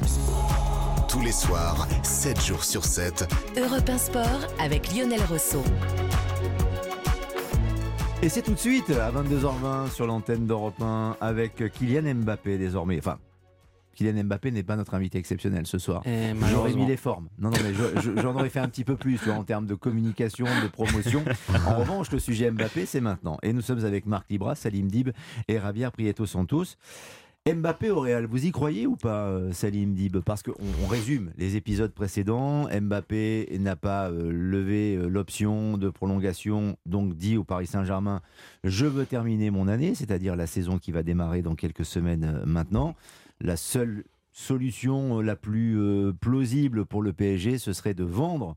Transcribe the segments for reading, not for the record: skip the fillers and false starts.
Tous les soirs, 7 jours sur 7. Europe 1 Sport avec Lionel Rousseau. Et c'est tout de suite à 22h20 sur l'antenne d'Europe 1 avec Kylian Mbappé désormais. Enfin, Kylian Mbappé n'est pas notre invité exceptionnel ce soir. J'aurais mis les formes. Non, mais j'en aurais fait un petit peu plus en termes de communication, de promotion. En revanche, le sujet Mbappé, c'est maintenant. Et nous sommes avec Marc Libras, Salim Dib et Javier Prieto Santos. Mbappé au Real, vous y croyez ou pas, Salim Dib ? Parce qu'on résume les épisodes précédents. Mbappé n'a pas levé l'option de prolongation, donc dit au Paris Saint-Germain « Je veux terminer mon année », c'est-à-dire la saison qui va démarrer dans quelques semaines maintenant. La seule solution la plus plausible pour le PSG, ce serait de vendre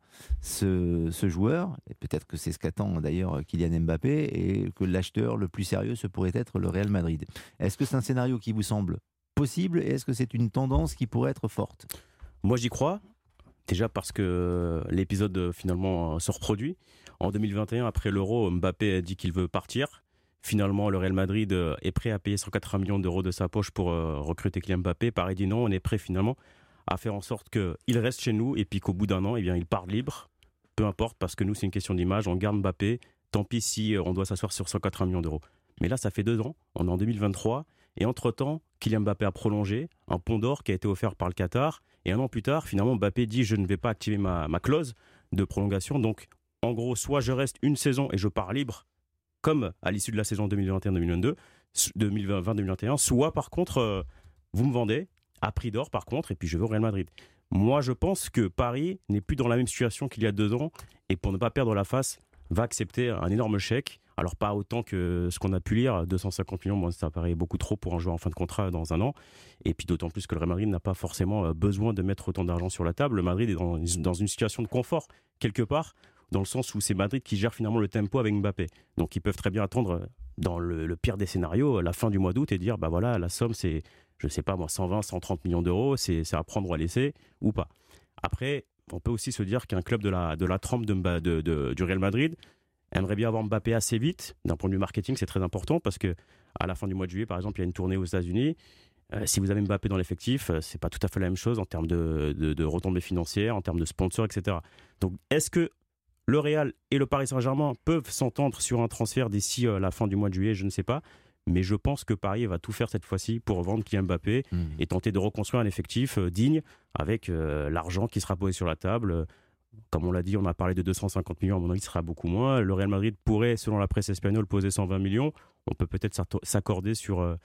ce joueur. Et peut-être que c'est ce qu'attend d'ailleurs Kylian Mbappé, et que l'acheteur le plus sérieux, ce pourrait être le Real Madrid. Est-ce que c'est un scénario qui vous semble possible, et est-ce que c'est une tendance qui pourrait être forte ? Moi j'y crois, déjà parce que l'épisode finalement se reproduit. En 2021, après l'Euro, Mbappé a dit qu'il veut partir. Finalement, le Real Madrid est prêt à payer 180 millions d'euros de sa poche pour recruter Kylian Mbappé. Paris dit non, on est prêt finalement à faire en sorte qu'il reste chez nous et puis qu'au bout d'un an, il part libre. Peu importe, parce que nous, c'est une question d'image. On garde Mbappé. Tant pis si on doit s'asseoir sur 180 millions d'euros. Mais là, ça fait 2 ans. On est en 2023. Et entre-temps, Kylian Mbappé a prolongé un pont d'or qui a été offert par le Qatar. Et 1 an plus tard, finalement, Mbappé dit « Je ne vais pas activer ma clause de prolongation. » Donc, en gros, soit je reste une saison et je pars libre, comme à l'issue de la saison 2021-2022, 2020-2021, soit par contre, vous me vendez à prix d'or par contre, et puis je vais au Real Madrid. Moi, je pense que Paris n'est plus dans la même situation qu'il y a 2 ans, et pour ne pas perdre la face, va accepter un énorme chèque. Alors pas autant que ce qu'on a pu lire, 250 millions, moi, ça paraît beaucoup trop pour un joueur en fin de contrat dans un an, et puis d'autant plus que le Real Madrid n'a pas forcément besoin de mettre autant d'argent sur la table. Le Madrid est dans une situation de confort, quelque part, dans le sens où c'est Madrid qui gère finalement le tempo avec Mbappé. Donc ils peuvent très bien attendre, dans le pire des scénarios, la fin du mois d'août et dire, bah voilà, la somme c'est, je sais pas moi, 120, 130 millions d'euros, c'est à prendre ou à laisser, ou pas. Après, on peut aussi se dire qu'un club de la trempe du Real Madrid aimerait bien avoir Mbappé assez vite. D'un point de vue marketing, c'est très important, parce que à la fin du mois de juillet, par exemple, il y a une tournée aux États-Unis. Si vous avez Mbappé dans l'effectif, c'est pas tout à fait la même chose en termes de retombées financières, en termes de sponsors, etc. Donc, est-ce que le Real et le Paris Saint-Germain peuvent s'entendre sur un transfert d'ici la fin du mois de juillet? Je ne sais pas. Mais je pense que Paris va tout faire cette fois-ci pour vendre Kylian Mbappé et tenter de reconstruire un effectif digne, avec l'argent qui sera posé sur la table. Comme on l'a dit, on a parlé de 250 millions, à mon avis, ce sera beaucoup moins. Le Real Madrid pourrait, selon la presse espagnole, poser 120 millions. On peut peut-être s'accorder sur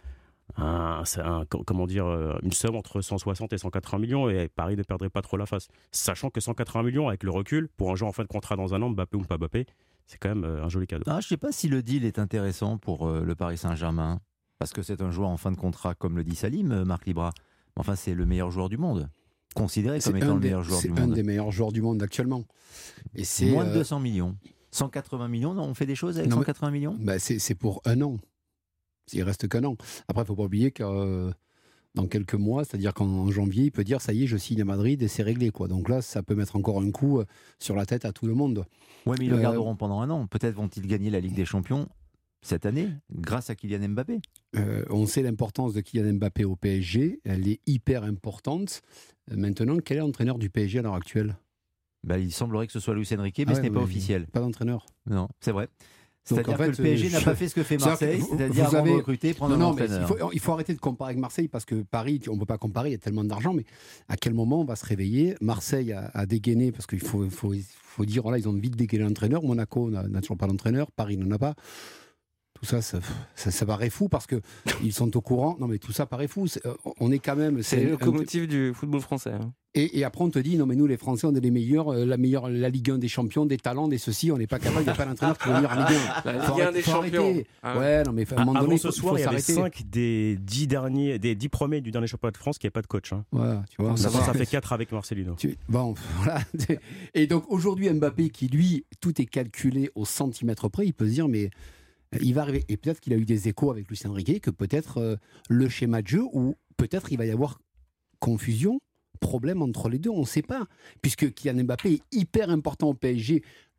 une somme entre 160 et 180 millions, et Paris ne perdrait pas trop la face. Sachant que 180 millions, avec le recul, pour un joueur en fin de contrat dans un an, Mbappé ou pas Mbappé, c'est quand même un joli cadeau. Je ne sais pas si le deal est intéressant pour le Paris Saint-Germain, parce que c'est un joueur en fin de contrat, comme le dit Salim, Marc Libras. Enfin, c'est le meilleur joueur du monde, considéré comme étant le meilleur joueur du monde. C'est un des meilleurs joueurs du monde actuellement. Et c'est moins de 200 millions. 180 millions, non, on fait des choses avec 180 millions ? C'est pour un an. Il reste qu'un an. Après, il ne faut pas oublier que dans quelques mois, c'est-à-dire qu'en janvier, il peut dire ça y est, je signe à Madrid et c'est réglé, quoi. Donc là, ça peut mettre encore un coup sur la tête à tout le monde. Oui, mais ils le garderont pendant un an. Peut-être vont-ils gagner la Ligue des Champions cette année grâce à Kylian Mbappé. On sait l'importance de Kylian Mbappé au PSG. Elle est hyper importante. Maintenant, quel est l'entraîneur du PSG à l'heure actuelle ? Il semblerait que ce soit Luis Enrique, mais ce n'est pas officiel. Pas d'entraîneur. Non, c'est vrai. C'est-à-dire donc, en fait, que le PSG n'a pas fait ce que fait Marseille, c'est-à-dire avant de recruter, prendre un entraîneur. Il faut arrêter de comparer avec Marseille, parce que Paris, on ne peut pas comparer, il y a tellement d'argent, mais à quel moment on va se réveiller ? Marseille a dégainé, parce qu'il faut dire, voilà, ils ont vite dégainé l'entraîneur. Monaco n'a toujours pas d'entraîneur, Paris n'en a pas. Tout ça, ça paraît fou, parce qu'ils sont au courant. Non, mais tout ça paraît fou. On est quand même... C'est le locomotive du football français. Hein. Et après, on te dit, non, mais nous, les Français, on est les meilleurs, la Ligue 1 des champions, des talents, des ceci, on n'est pas capable, il n'y a pas d'entraîneur qui va venir en Ligue 1. La Ligue 1 des champions. Ouais, non, mais à un moment donné, ce soir, il y avait 5 des 10 premiers du dernier championnat de France qui n'avaient pas de coach. Hein. Ouais, tu vois, ça fait 4 avec Marcelino. Bon, voilà. Et donc, aujourd'hui, Mbappé, qui lui, tout est calculé au centimètre près, il peut se dire, mais il va arriver. Et peut-être qu'il a eu des échos avec Luis Enrique, que peut-être le schéma de jeu, ou peut-être il va y avoir confusion, problème entre les deux, on ne sait pas. Puisque Kylian Mbappé est hyper important au PSG.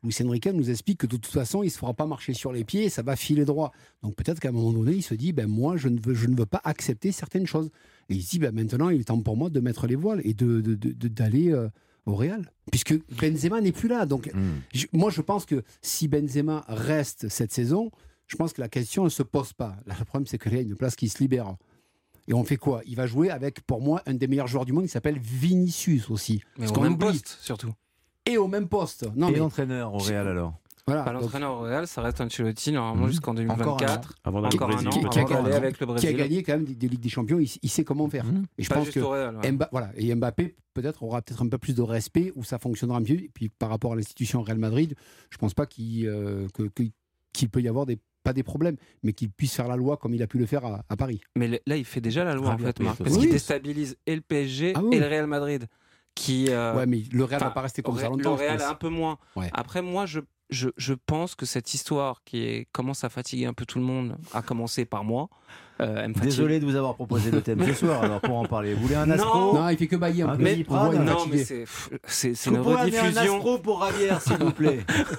Luis Enrique nous explique que de toute façon, il ne se fera pas marcher sur les pieds et ça va filer droit. Donc peut-être qu'à un moment donné, il se dit, moi, je ne veux pas accepter certaines choses. Et il se dit, maintenant, il est temps pour moi de mettre les voiles et d'aller au Real. Puisque Benzema n'est plus là. Donc moi, je pense que si Benzema reste cette saison, je pense que la question ne se pose pas. Là, le problème, c'est qu'il y a une place qui se libère. Et on fait quoi? Il va jouer avec, pour moi, un des meilleurs joueurs du monde qui s'appelle Vinicius aussi. Mais au même poste, surtout. Et au même poste. L'entraîneur au Real alors? Voilà, l'entraîneur au Real, ça reste Ancelotti normalement jusqu'en 2024. Avant qui a gagné avec le Brésil. Qui a gagné quand même des Ligues des Champions, il sait comment faire. Et je pense que Real, et Mbappé peut-être aura peut-être un peu plus de respect où ça fonctionnera mieux. Et puis par rapport à l'institution Real Madrid, je pense pas qu'il peut y avoir pas des problèmes, mais qu'il puisse faire la loi comme il a pu le faire à Paris. Mais là, il fait déjà la loi en fait, Marc, parce qu'il déstabilise et le PSG et le Real Madrid. Ouais, mais le Real va pas rester comme ça longtemps. Le Real un peu moins. Ouais. Après, moi, je pense que cette histoire commence à fatiguer un peu tout le monde, à commencer par moi. Désolé de vous avoir proposé le thème ce soir, alors pour en parler. Vous voulez un astro? Non, il fait que bailler un peu. Mais c'est une rediffusion. Un astro pour Ravière, s'il vous plaît.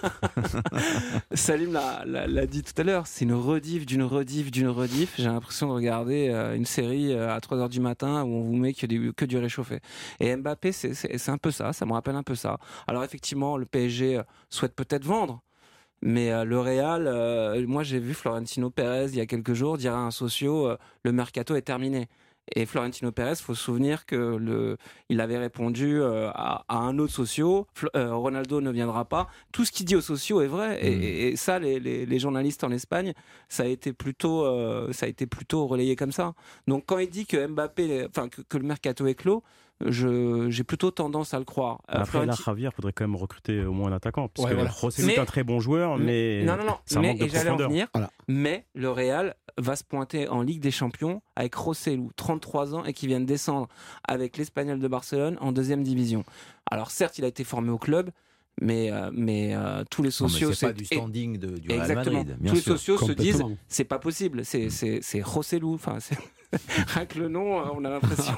Salim l'a dit tout à l'heure, c'est une rediff d'une rediff d'une rediff. J'ai l'impression de regarder une série à 3h du matin où on vous met que du réchauffé. Et Mbappé, c'est un peu ça me rappelle un peu ça. Alors effectivement, le PSG souhaite peut-être vendre. Mais le Real, moi j'ai vu Florentino Pérez il y a quelques jours dire à un socio le mercato est terminé. Et Florentino Pérez, il faut se souvenir qu'il avait répondu à un autre socio, Ronaldo ne viendra pas. Tout ce qu'il dit aux socios est vrai. Et ça, les journalistes en Espagne, ça a été plutôt relayé comme ça. Donc quand il dit que Mbappé, que le mercato est clos, j'ai plutôt tendance à le croire. Après, là, Javier, il faudrait quand même recruter au moins un attaquant. Parce que José est un très bon joueur, mais ça manque de profondeur. Mais le Real va se pointer en Ligue des Champions avec Rossellou, 33 ans, et qui vient de descendre avec l'Espagnol de Barcelone en 2e division. Alors certes, il a été formé au club, mais tous les socios... c'est pas du standing du Real Madrid. Tous les socios se disent, c'est pas possible, c'est Rossellou, rien que le nom, on a l'impression.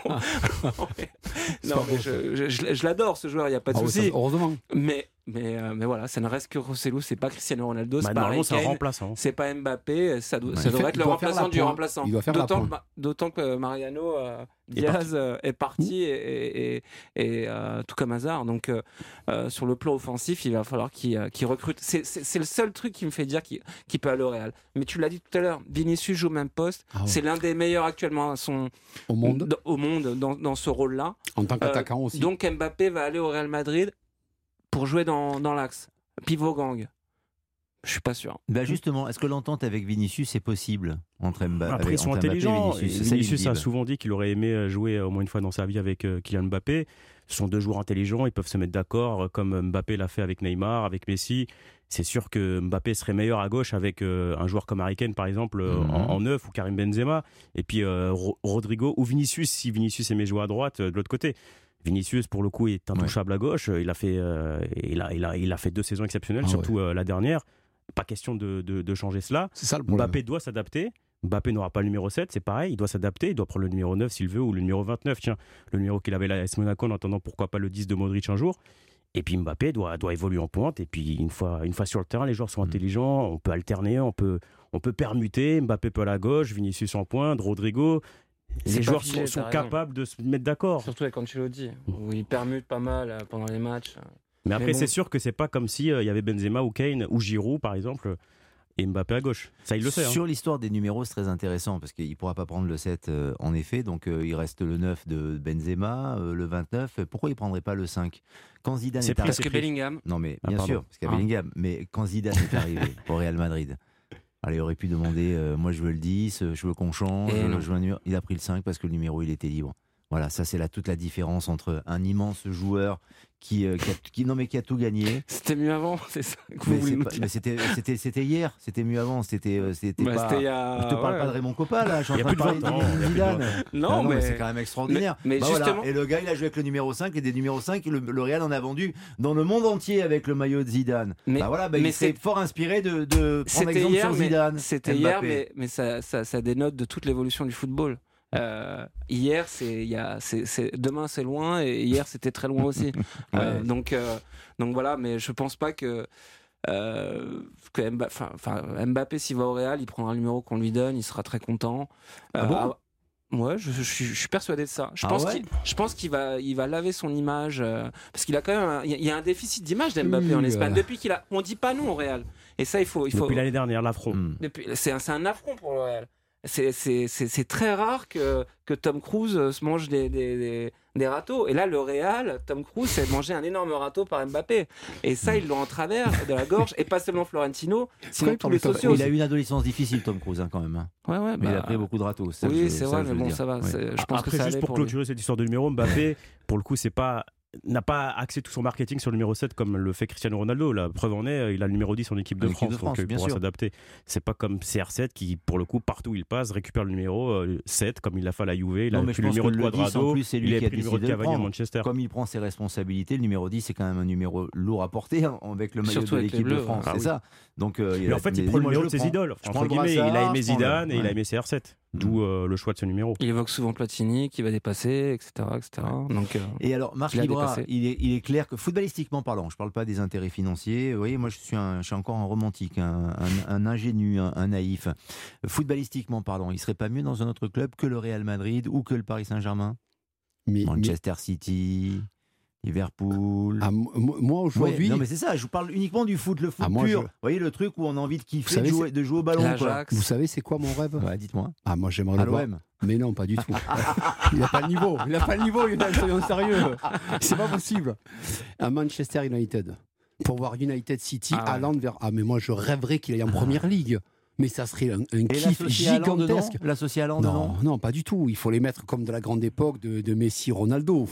Non, mais je l'adore ce joueur, il n'y a pas de souci. Heureusement. Mais voilà, ça ne reste que Rossellou, c'est pas Cristiano Ronaldo, c'est pas c'est un remplaçant. C'est pas Mbappé, ça devrait être le remplaçant du remplaçant. D'autant que Mariano Diaz est parti et tout comme Hazard. Donc sur le plan offensif, il va falloir qu'il recrute. C'est le seul truc qui me fait dire qu'il peut aller au Real. Mais tu l'as dit tout à l'heure, Vinicius joue au même poste. C'est l'un des meilleurs actuellement au monde dans ce rôle-là. En tant qu'attaquant aussi. Donc Mbappé va aller au Real Madrid pour jouer dans l'axe. Pivot gang. Je suis pas sûr. Justement, est-ce que l'entente avec Vinicius est possible entre Mbappé? Après, ils sont intelligents. Vinicius a souvent dit qu'il aurait aimé jouer au moins une fois dans sa vie avec Kylian Mbappé. Ce sont deux joueurs intelligents, ils peuvent se mettre d'accord, comme Mbappé l'a fait avec Neymar, avec Messi. C'est sûr que Mbappé serait meilleur à gauche avec un joueur comme Harry Kane, par exemple, en neuf, ou Karim Benzema, et puis Rodrigo ou Vinicius, si Vinicius aimait jouer à droite, de l'autre côté. Vinicius, pour le coup, est intouchable à gauche. Il a fait 2 saisons exceptionnelles, surtout la dernière. Pas question de changer cela. C'est ça le problème. Mbappé doit s'adapter. Mbappé n'aura pas le numéro 7, c'est pareil, il doit s'adapter, il doit prendre le numéro 9 s'il veut, ou le numéro 29, tiens, le numéro qu'il avait à l'AS Monaco, en attendant pourquoi pas le 10 de Modric un jour. Et puis Mbappé doit évoluer en pointe, et puis une fois sur le terrain, les joueurs sont intelligents, on peut alterner, on peut permuter, Mbappé peut à la gauche, Vinicius en pointe, Rodrigo... Les joueurs sont capables de se mettre d'accord. Surtout avec Ancelotti, où il permute pas mal pendant les matchs. Mais après, c'est sûr que c'est pas comme si y avait Benzema ou Kane ou Giroud, par exemple, et Mbappé à gauche. Ça, il le sait. Sur l'histoire des numéros, c'est très intéressant, parce qu'il ne pourra pas prendre le 7, en effet. Donc, il reste le 9 de Benzema, le 29. Pourquoi il ne prendrait pas le 5 quand Zidane est arrivé? Parce que Bellingham. Non, mais bien sûr, parce qu'il y a Bellingham. Mais quand Zidane est arrivé au Real Madrid... Alors, il aurait pu demander, moi je veux le 10, je veux qu'on change, je veux un numéro. Il a pris le 5 parce que le numéro il était libre. Voilà, ça c'est toute la différence entre un immense joueur qui a tout gagné. C'était mieux avant, c'est ça que mais c'était hier, c'était mieux avant. C'était pas. Je te parle pas de Raymond Kopa là, je suis en train de parler de Zidane. Non, mais c'est quand même extraordinaire. Mais justement... voilà. Et le gars il a joué avec le numéro 5 et des numéros 5, le Real en a vendu dans le monde entier avec le maillot de Zidane. Il s'est fort inspiré de prendre exemple sur Zidane. C'était hier, mais ça dénote de toute l'évolution du football. Hier, demain c'est loin et hier c'était très loin aussi. Donc voilà, mais je pense pas que Mbappé s'il va au Real, il prendra le numéro qu'on lui donne, il sera très content. Ouais, je suis persuadé de ça. Je pense qu'il va laver son image parce qu'il a quand même il y a un déficit d'image d'Mbappé en Espagne depuis on dit pas non au Real. Et ça il faut depuis l'année dernière l'affront. C'est un affront pour le Real. C'est très rare que Tom Cruise se mange des râteaux. Et là, le Real, Tom Cruise s'est mangé un énorme râteau par Mbappé. Et ça, ils l'ont en travers de la gorge. Et pas seulement Florentino, sinon tous les socios. Il a eu une adolescence difficile, Tom Cruise, quand même. Mais il a pris beaucoup de râteaux. Oui, c'est vrai, mais bon, ça va. Je pense Après, que ça juste pour clôturer cette histoire de numéro, Mbappé, pour le coup, n'a pas axé tout son marketing sur le numéro 7 comme le fait Cristiano Ronaldo. La preuve en est, il a le numéro 10 en équipe de France, donc il pourra s'adapter. C'est pas comme CR7 qui, pour le coup, partout où il passe, récupère le numéro 7 comme il l'a fait à la Juve. Il a pris le numéro de Cuadrado, il a pris le numéro de Cavani à Manchester. Comme il prend ses responsabilités, le numéro 10 c'est quand même un numéro lourd à porter avec le maillot de l'équipe de France. C'est ça. Donc, mais en fait, il prend le numéro de ses idoles. Entre guillemets, il a aimé Zidane et il a aimé CR7. D'où le choix de ce numéro. Il évoque souvent Platini qui va dépasser, etc. Donc, et alors, Marc Libra, il est clair que footballistiquement parlant, je ne parle pas des intérêts financiers, vous voyez, moi je suis encore un romantique, un ingénu, un naïf. Footballistiquement parlant, il ne serait pas mieux dans un autre club que le Real Madrid ou que le Paris Saint-Germain ? Manchester City, Liverpool. Moi aujourd'hui. Non mais c'est ça, je vous parle uniquement du foot, le foot pur. Vous voyez le truc où on a envie de kiffer, de jouer au ballon. Quoi. Vous savez c'est quoi mon rêve ? Dites-moi. Moi j'aimerais le voir. Mais non, pas du tout. Il n'a pas le niveau. Soyons sérieux. C'est pas possible. À Manchester United. Pour voir United City, Haaland vers. Mais moi je rêverais qu'il aille en Première Ligue. Mais ça serait un kiff gigantesque. L'associé à Haaland, non, pas du tout. Il faut les mettre comme de la grande époque de Messi, Ronaldo.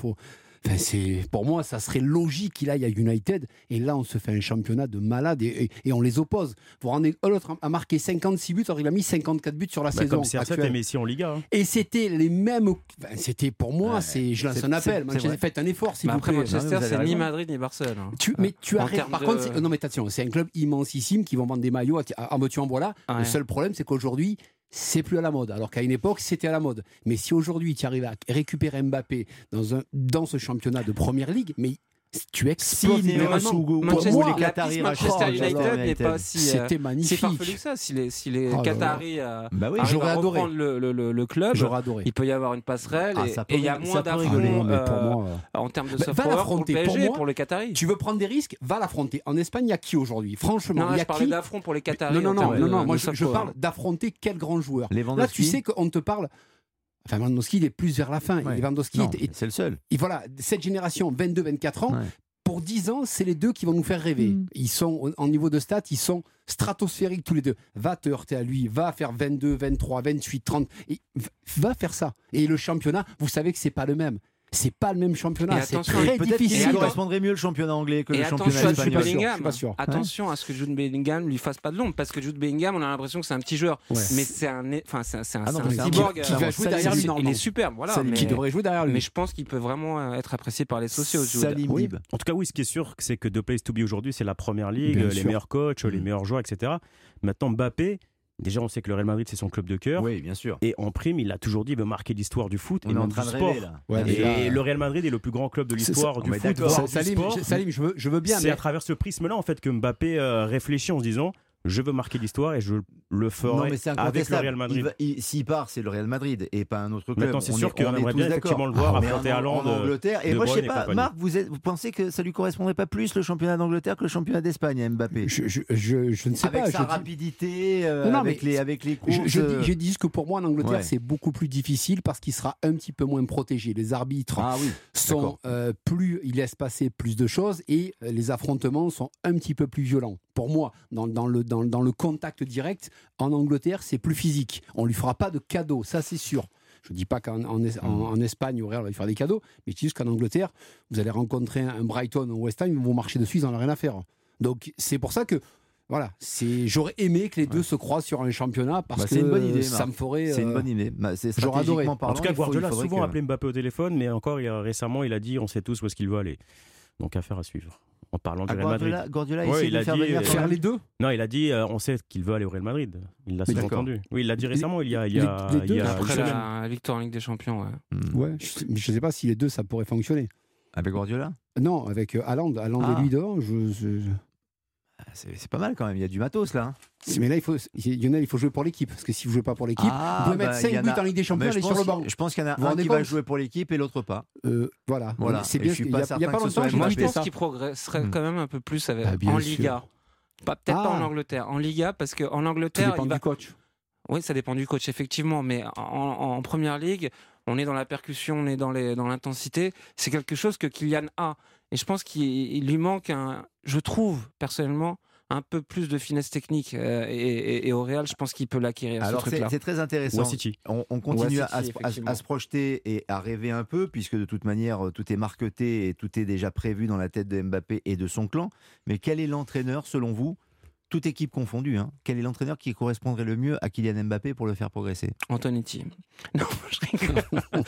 Pour moi, ça serait logique qu'il aille à United. Et là, on se fait un championnat de malades et on les oppose. Vous vous rendez, l'autre a marqué 56 buts, alors il a mis 54 buts sur la saison. Comme CR7 et Messi en Liga. Et c'était les mêmes. C'était pour moi, je lance un appel. Faites un effort, s'il vous plaît. Après, Manchester, c'est ni Madrid ni Barcelone. Mais tu arrêtes. Par contre, non, mais attention, c'est un club immensissime qui vont vendre des maillots en veux-tu en voilà. Le seul problème, c'est qu'aujourd'hui, c'est plus à la mode, alors qu'à une époque c'était à la mode. Mais si aujourd'hui tu arrives à récupérer Mbappé dans ce championnat de Première Ligue, mais tu exploses. Manchester United n'est pas si farfelu que ça. Si les Qataris arrivent à reprendre le club, il peut y avoir une passerelle et il y a moins d'affronts en termes de soft power pour le PSG et pour les Qataris. Tu veux prendre des risques, va l'affronter. En Espagne, il y a qui aujourd'hui ? Franchement, je parlais d'affront pour les Qataris. Non, moi je parle d'affronter quel grand joueur. Là, tu sais qu'on te parle. Enfin, Lewandowski, il est plus vers la fin. Lewandowski, c'est le seul. Et voilà, cette génération, 22-24 ans, pour 10 ans, c'est les deux qui vont nous faire rêver. Ils sont, en niveau de stats, ils sont stratosphériques tous les deux. Va te heurter à lui, va faire 22, 23, 28, 30. Et va faire ça. Et le championnat, vous savez que c'est pas le même. C'est pas le même championnat, c'est très difficile. Il correspondrait mieux le championnat anglais que le championnat espagnol. Attention à ce que Jude Bellingham lui fasse pas de l'ombre, parce que Jude Bellingham, on a l'impression que c'est un petit joueur, mais c'est un cyborg qui va jouer derrière lui. Il est superbe, voilà, qui devrait jouer derrière lui. Mais je pense qu'il peut vraiment être apprécié par les socios. En tout cas, oui, ce qui est sûr, c'est que The Place to Be aujourd'hui, c'est la Première Ligue, les meilleurs coachs, les meilleurs joueurs, etc. Maintenant, Mbappé. Déjà, on sait que le Real Madrid, c'est son club de cœur. Oui, bien sûr. Et en prime, il a toujours dit qu'il veut marquer l'histoire du foot et non du sport. Et le Real Madrid est le plus grand club de l'histoire du foot, voire du sport. Salim, je veux bien. C'est à travers ce prisme-là, en fait, que Mbappé réfléchit en se disant je veux marquer l'histoire et je le ferai avec le Real Madrid. S'il part, c'est le Real Madrid et pas un autre club. Maintenant, c'est sûr qu'on aimerait bien effectivement le voir affronter Haaland en Angleterre. Et moi, je sais pas, Marc, vous pensez que ça lui correspondrait pas plus le championnat d'Angleterre que le championnat d'Espagne à Mbappé ? Je ne sais pas. Avec sa rapidité, avec les courses. Je dis que pour moi, en Angleterre, c'est beaucoup plus difficile parce qu'il sera un petit peu moins protégé. Les arbitres sont ils laissent passer plus de choses et les affrontements sont un petit peu plus violents. Pour moi, dans le contact direct, en Angleterre, c'est plus physique. On ne lui fera pas de cadeaux, ça c'est sûr. Je ne dis pas qu'en Espagne, au Real, on va lui faire des cadeaux, mais je dis juste qu'en Angleterre, vous allez rencontrer un Brighton ou un West Ham, ils vont vous marcher dessus, ils n'en ont rien à faire. Donc c'est pour ça que voilà, j'aurais aimé que les deux se croisent sur un championnat parce que c'est une bonne idée, ça me ferait. C'est une bonne idée. J'aurais adoré. En tout cas, Guardiola a souvent appelé Mbappé au téléphone, mais encore récemment, il a dit on sait tous où est-ce qu'il veut aller. Donc affaire à suivre. en parlant du Real Madrid. Guardiola Ouais, essaie il de a faire dit, venir Faire les deux. Non, il a dit on sait qu'il veut aller au Real Madrid. Il l'a sous-entendu. Oui, il l'a dit récemment, il y a les deux, Après une semaine. la victoire en Ligue des Champions, ouais. Ouais, je ne sais pas si les deux ça pourrait fonctionner. Avec Guardiola. Non, avec Haaland et lui devant. C'est pas mal quand même, il y a du matos là. Mais là, il faut jouer pour l'équipe. Parce que si vous jouez pas pour l'équipe, vous pouvez mettre 5 buts en Ligue des Champions et sur le banc. Je pense qu'il y en a Vous un rendez qui va compte jouer pour l'équipe et l'autre pas. Voilà. C'est Et bien. je suis Il pas y a certain pas que ce longtemps, soit j'ai Moi, je noté pense ça. qu'il progresserait quand même un peu plus avec, bien en sûr. Liga. Peut-être pas en Angleterre. En Liga, parce qu'en Ça Angleterre, dépend du coach. Oui, ça dépend du coach, effectivement. Mais en première ligue, on est dans la percussion, on est dans l'intensité. C'est quelque chose que Kylian a. Et je pense qu'il lui manque je trouve, personnellement, un peu plus de finesse technique. Et au Real, je pense qu'il peut l'acquérir. Alors ce truc-là. c'est très intéressant. City. On continue City, à se projeter et à rêver un peu, puisque de toute manière, tout est marqueté et tout est déjà prévu dans la tête de Mbappé et de son clan. Mais quel est l'entraîneur, selon vous, toute équipe confondue, quel est l'entraîneur qui correspondrait le mieux à Kylian Mbappé pour le faire progresser? Antonetti. Non, je rigole.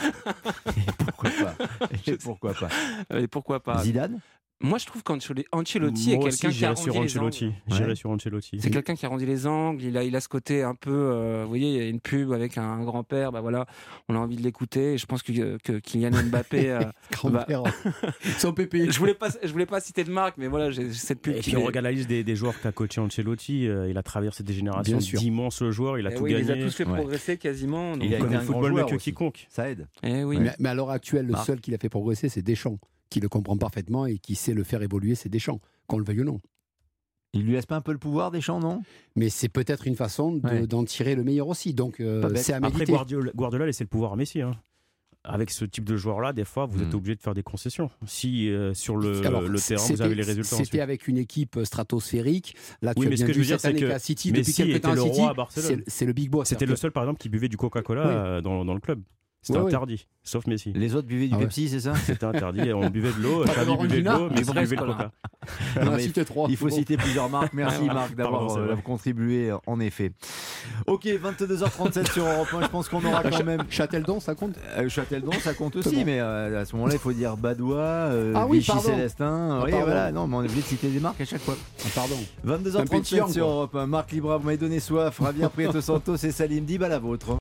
Et pourquoi pas Et pourquoi pas Zidane? Moi, je trouve qu'Ancelotti est Moi quelqu'un aussi, qui a j'irais sur arrondi les angles. Ancelotti. J'irais sur Ancelotti. C'est quelqu'un qui a arrondi les angles, il a ce côté un peu, vous voyez, il y a une pub avec un grand-père, bah voilà, on a envie de l'écouter, et je pense que Kylian Mbappé... Grand-père. Son pépé. je voulais pas citer de marque, mais voilà, j'ai cette pub Et qui puis on regarde la liste des joueurs qu'a coaché Ancelotti, il a traversé des générations d'immenses joueurs, il a tout oui, il les a gagné. tous fait progresser quasiment. Donc... Il a Il connaît été le un football grand mieux joueur que aussi. quiconque. Ça aide. oui. Mais à l'heure actuelle, le Marc. seul qui l'a fait progresser, c'est Deschamps, qui le comprend parfaitement et qui sait le faire évoluer, c'est Deschamps, qu'on le veuille ou non. Il lui laisse pas un peu le pouvoir, Deschamps, non? Mais c'est peut-être une façon d'en tirer le meilleur aussi. Donc bête. c'est à Après, méditer. Guardiola laissait le pouvoir à Messi. Avec ce type de joueur-là, des fois, vous êtes obligé de faire des concessions. Si sur le terrain, vous avez les résultats C'était ensuite. avec une équipe stratosphérique. Là, tu Oui, as mais bien ce que je vu veux dire, cette année c'est que qu'à City, Messi depuis quelques temps était le à City, roi à Barcelone. c'est le big boss. C'était le seul, par exemple, qui buvait du Coca-Cola dans le club. C'était interdit, sauf Messi. Les autres buvaient du Pepsi, c'est ça? C'était interdit, on buvait de l'eau, Pas Xavi de buvait de l'eau, mais mais Messi bref, buvait le voilà. Coca. Non, mais citer trois. il faut Bon. citer plusieurs marques. Merci Marc Pardon, c'est vrai. d'avoir contribué en effet. Ok, 22h37 sur Europe 1. Je pense qu'on aura quand même. Châteldon, ça compte? Châteldon, ça compte aussi, mais à ce moment-là, il faut dire Badois, oui, Vichy pardon. Célestin. Oui, pardon. voilà, non, mais on est obligé de citer des marques à chaque fois. Pardon. 22h37 pétillant, sur quoi. Europe 1. Marc Libra, vous m'avez donné soif. Javier Prieto Santos et Salim Dibala, la vôtre.